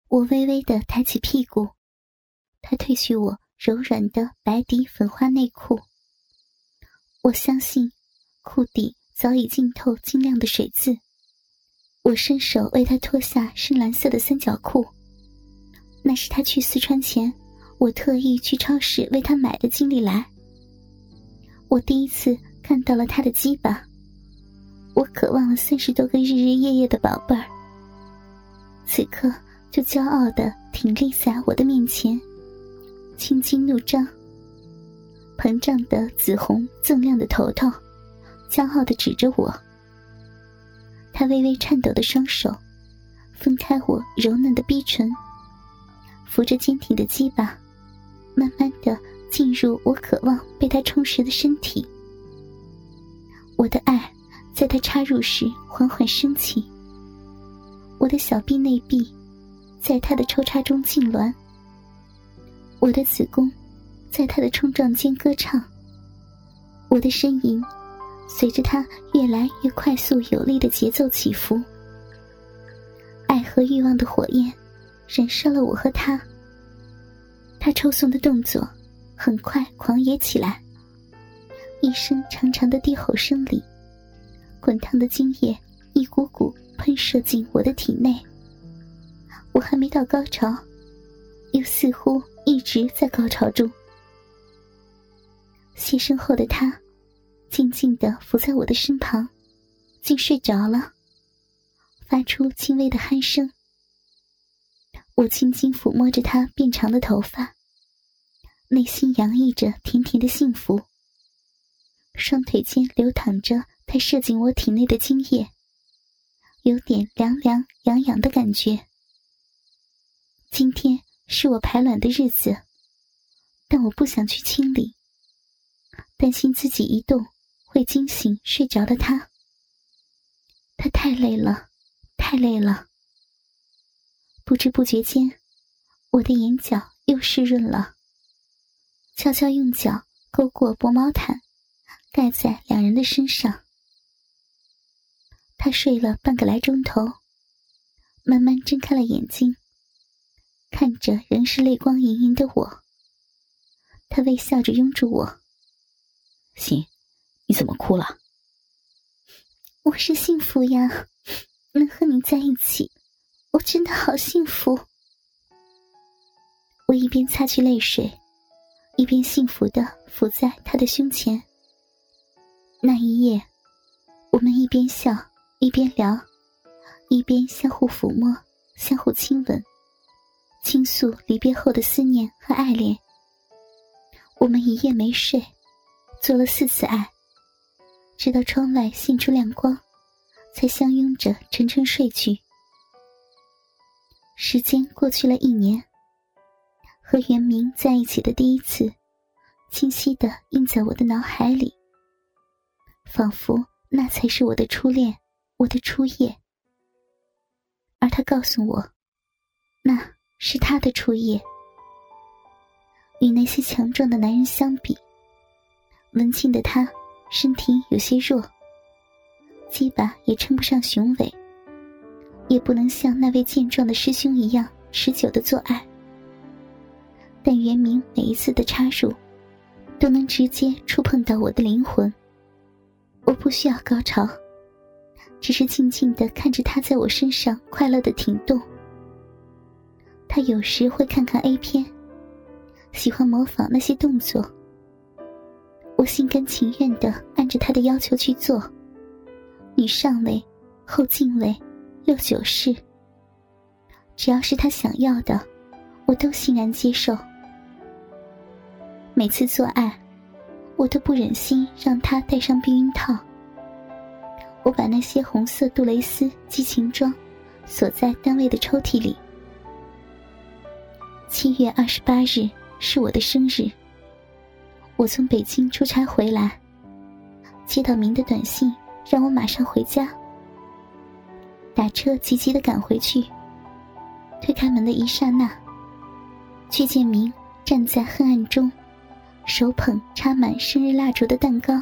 我微微地抬起屁股，他褪去我柔软的白底粉花内裤。我相信裤底早已浸透晶亮的水渍。我伸手为他脱下深蓝色的三角裤，那是他去四川前我特意去超市为他买的经历来。我第一次看到了他的鸡巴，我渴望了30多个日日夜夜的宝贝儿，此刻就骄傲地挺立在我的面前，青筋怒张，膨胀的紫红锃亮的头头骄傲地指着我。他微微颤抖的双手分开我柔嫩的逼唇，扶着坚挺的鸡巴慢慢地进入我渴望被他充实的身体。我的爱在他插入时缓缓升起，我的小臂内壁在他的抽插中痉挛，我的子宫在他的冲撞间歌唱，我的呻吟随着他越来越快速有力的节奏起伏。爱和欲望的火焰燃烧了我和他，他抽送的动作很快狂野起来，一声长长的低吼声里，滚烫的精液一股股喷射进我的体内。我还没到高潮，又似乎一直在高潮中。牺牲后的他静静地伏在我的身旁，竟睡着了，发出轻微的鼾声。我轻轻抚摸着他变长的头发，内心洋溢着甜甜的幸福。双腿间流淌着他射进我体内的精液，有点凉凉痒痒的感觉。今天是我排卵的日子，但我不想去清理，担心自己一动会惊醒睡着的他。他太累了，太累了。不知不觉间，我的眼角又湿润了，悄悄用脚勾过薄毛毯，盖在两人的身上。他睡了半个来钟头，慢慢睁开了眼睛，看着仍是泪光盈盈的我，他微笑着拥住我。 行，你怎么哭了？ 我是幸福呀，能和你在一起，我真的好幸福。我一边擦去泪水，一边幸福地伏在他的胸前。那一夜，我们一边笑一边聊，一边相互抚摸，相互亲吻，倾诉离别后的思念和爱恋。我们一夜没睡，做了4次爱，直到窗外现出亮光，才相拥着沉沉睡去。时间过去了1年，和袁明在一起的第一次清晰地印在我的脑海里，仿佛那才是我的初恋，我的初夜。而他告诉我，那是他的初夜。与那些强壮的男人相比，文静的他身体有些弱，鸡巴也称不上雄伟，也不能像那位健壮的师兄一样持久地做爱。但袁明每一次的插入都能直接触碰到我的灵魂。我不需要高潮，只是静静地看着他在我身上快乐地挺动。他有时会看看 A 片，喜欢模仿那些动作，我心甘情愿地按着他的要求去做，女上位，后进位，6、9式，只要是他想要的，我都欣然接受。每次做爱，我都不忍心让他戴上避孕套。我把那些红色杜蕾斯激情装锁在单位的抽屉里。7月28日是我的生日，我从北京出差回来，接到明的短信让我马上回家。打车急急地赶回去，推开门的一刹那，却见明站在黑暗中，手捧插满生日蜡烛的蛋糕，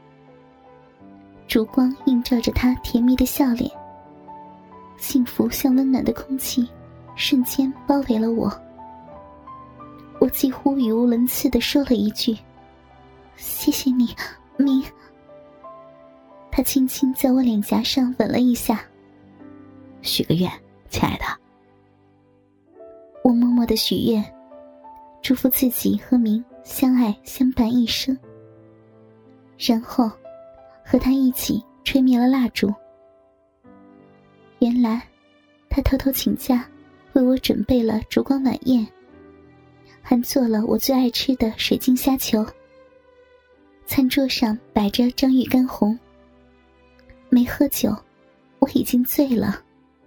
烛光映照着他甜蜜的笑脸，幸福像温暖的空气瞬间包围了我。我几乎语无伦次地说了一句：“谢谢你，明。”他轻轻在我脸颊上吻了一下。 许个愿，亲爱的。 我默默地许愿，祝福自己和明相爱相伴一生。然后和他一起吹灭了蜡烛。原来他偷偷请假为我准备了烛光晚宴，还做了我最爱吃的水晶虾球。餐桌上摆着张玉干红。没喝酒，我已经醉了。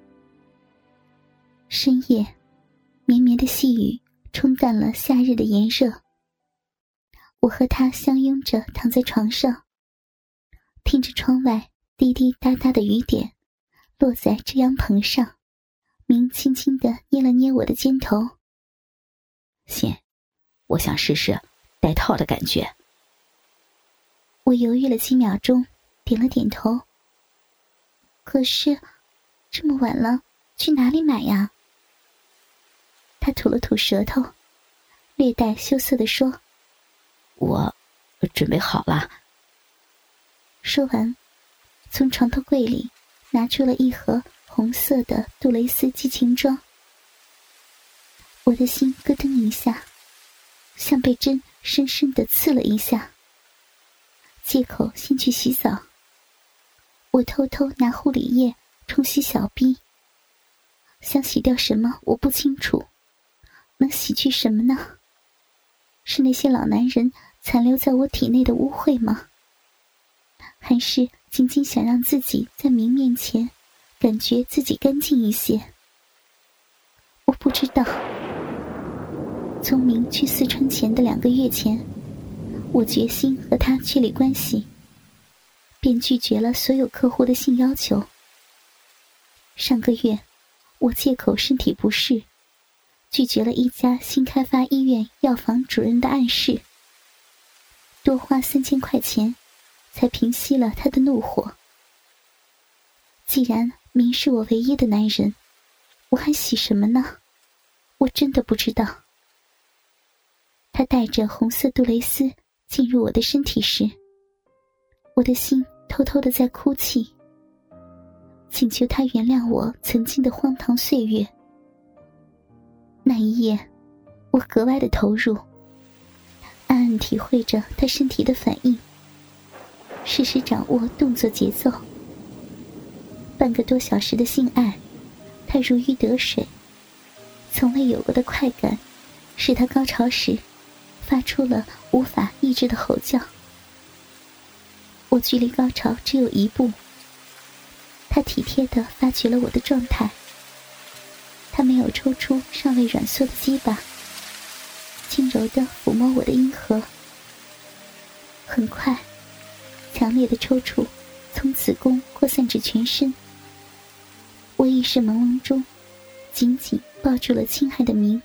深夜，绵绵的细雨冲淡了夏日的炎热。我和他相拥着躺在床上，听着窗外滴滴答答的雨点落在遮阳棚上。明轻轻地捏了捏我的肩头。 心，我想试试戴套的感觉。 我犹豫了几秒钟，点了点头。可是这么晚了，去哪里买呀？他吐了吐舌头，略带羞涩地说：“ 我准备好了。” 说完，从床头柜里拿出了一盒红色的杜蕾斯激情装。我的心咯噔一下，像被针深深地刺了一下。借口先去洗澡。我偷偷拿护理液冲洗小臂，想洗掉什么我不清楚，能洗去什么呢？是那些老男人残留在我体内的污秽吗？还是仅仅想让自己在明面前感觉自己干净一些？我不知道。从明去四川前的2个月前，我决心和他确立关系，便拒绝了所有客户的性要求。上个月，我借口身体不适，拒绝了一家新开发医院药房主任的暗示，多花3000块钱才平息了他的怒火。既然明是我唯一的男人，我还洗什么呢？我真的不知道。他带着红色杜蕾斯进入我的身体时，我的心偷偷地在哭泣，请求他原谅我曾经的荒唐岁月。那一夜，我格外的投入，暗暗体会着他身体的反应，适时掌握动作节奏。半个多小时的性爱，他如鱼得水，从未有过的快感使他高潮时发出了无法抑制的吼叫。我距离高潮只有1步，他体贴地发觉了我的状态。他没有抽出尚未软缩的鸡巴，轻柔地抚摸我的阴核。很快，强烈的抽搐从子宫扩散至全身。我意识朦胧中紧紧抱住了亲爱的明。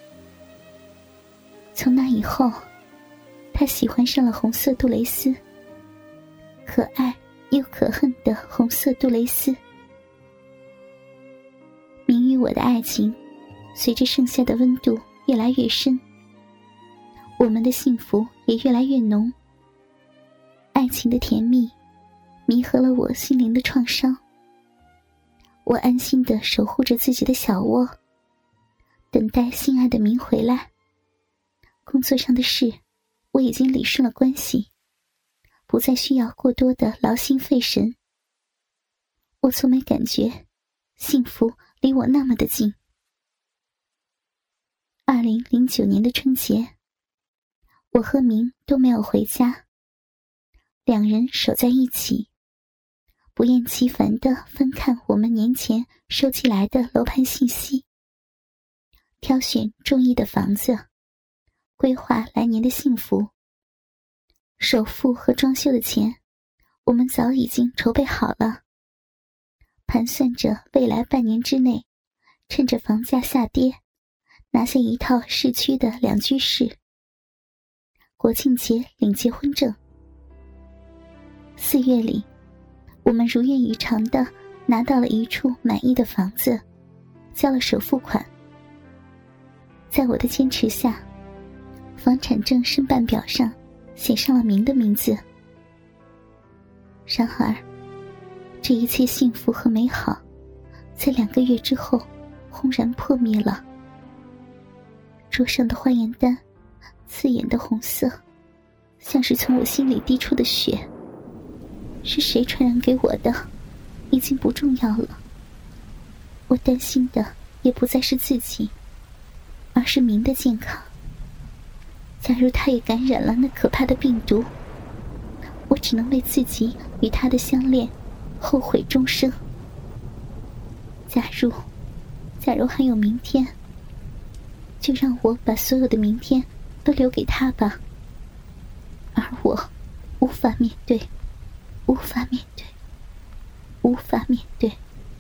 从那以后，他喜欢上了红色杜蕾斯，可爱又可恨的红色杜蕾斯。明与我的爱情随着盛夏的温度越来越深，我们的幸福也越来越浓。爱情的甜蜜弥合了我心灵的创伤。我安心地守护着自己的小窝，等待心爱的明回来。工作上的事我已经理顺了关系，不再需要过多的劳心费神。我从没感觉幸福离我那么的近。2009年的春节，我和明都没有回家，2人守在一起，不厌其烦地翻看我们年前收集来的楼盘信息，挑选中意的房子，规划来年的幸福。首付和装修的钱我们早已经筹备好了，盘算着未来半年之内，趁着房价下跌，拿下一套市区的2居室，国庆节领结婚证。4月里，我们如愿以偿地拿到了一处满意的房子，交了首付款。 在我的坚持下，房产证申办表上写上了明的名字。然而，这一切幸福和美好，在2个月之后轰然破灭了。桌上的花颜丹，刺眼的红色，像是从我心里滴出的血。是谁传染给我的，已经不重要了。我担心的也不再是自己，而是明的健康。假如他也感染了那可怕的病毒，我只能为自己与他的相恋后悔终生。假如还有明天，就让我把所有的明天都留给他吧。而我无法面对，无法面对，无法面对。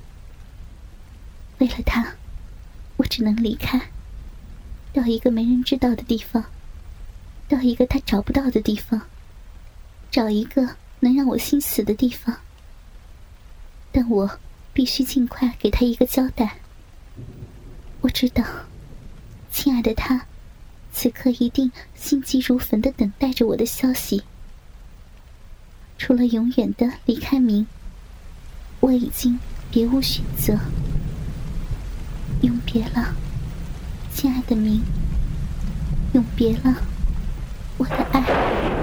为了他，我只能离开，到一个没人知道的地方，到一个他找不到的地方，找一个能让我心死的地方。但我必须尽快给他一个交代。我知道，亲爱的他，此刻一定心急如焚地等待着我的消息。除了永远的离开明，我已经别无选择。永别了，亲爱的明，永别了，我的爱。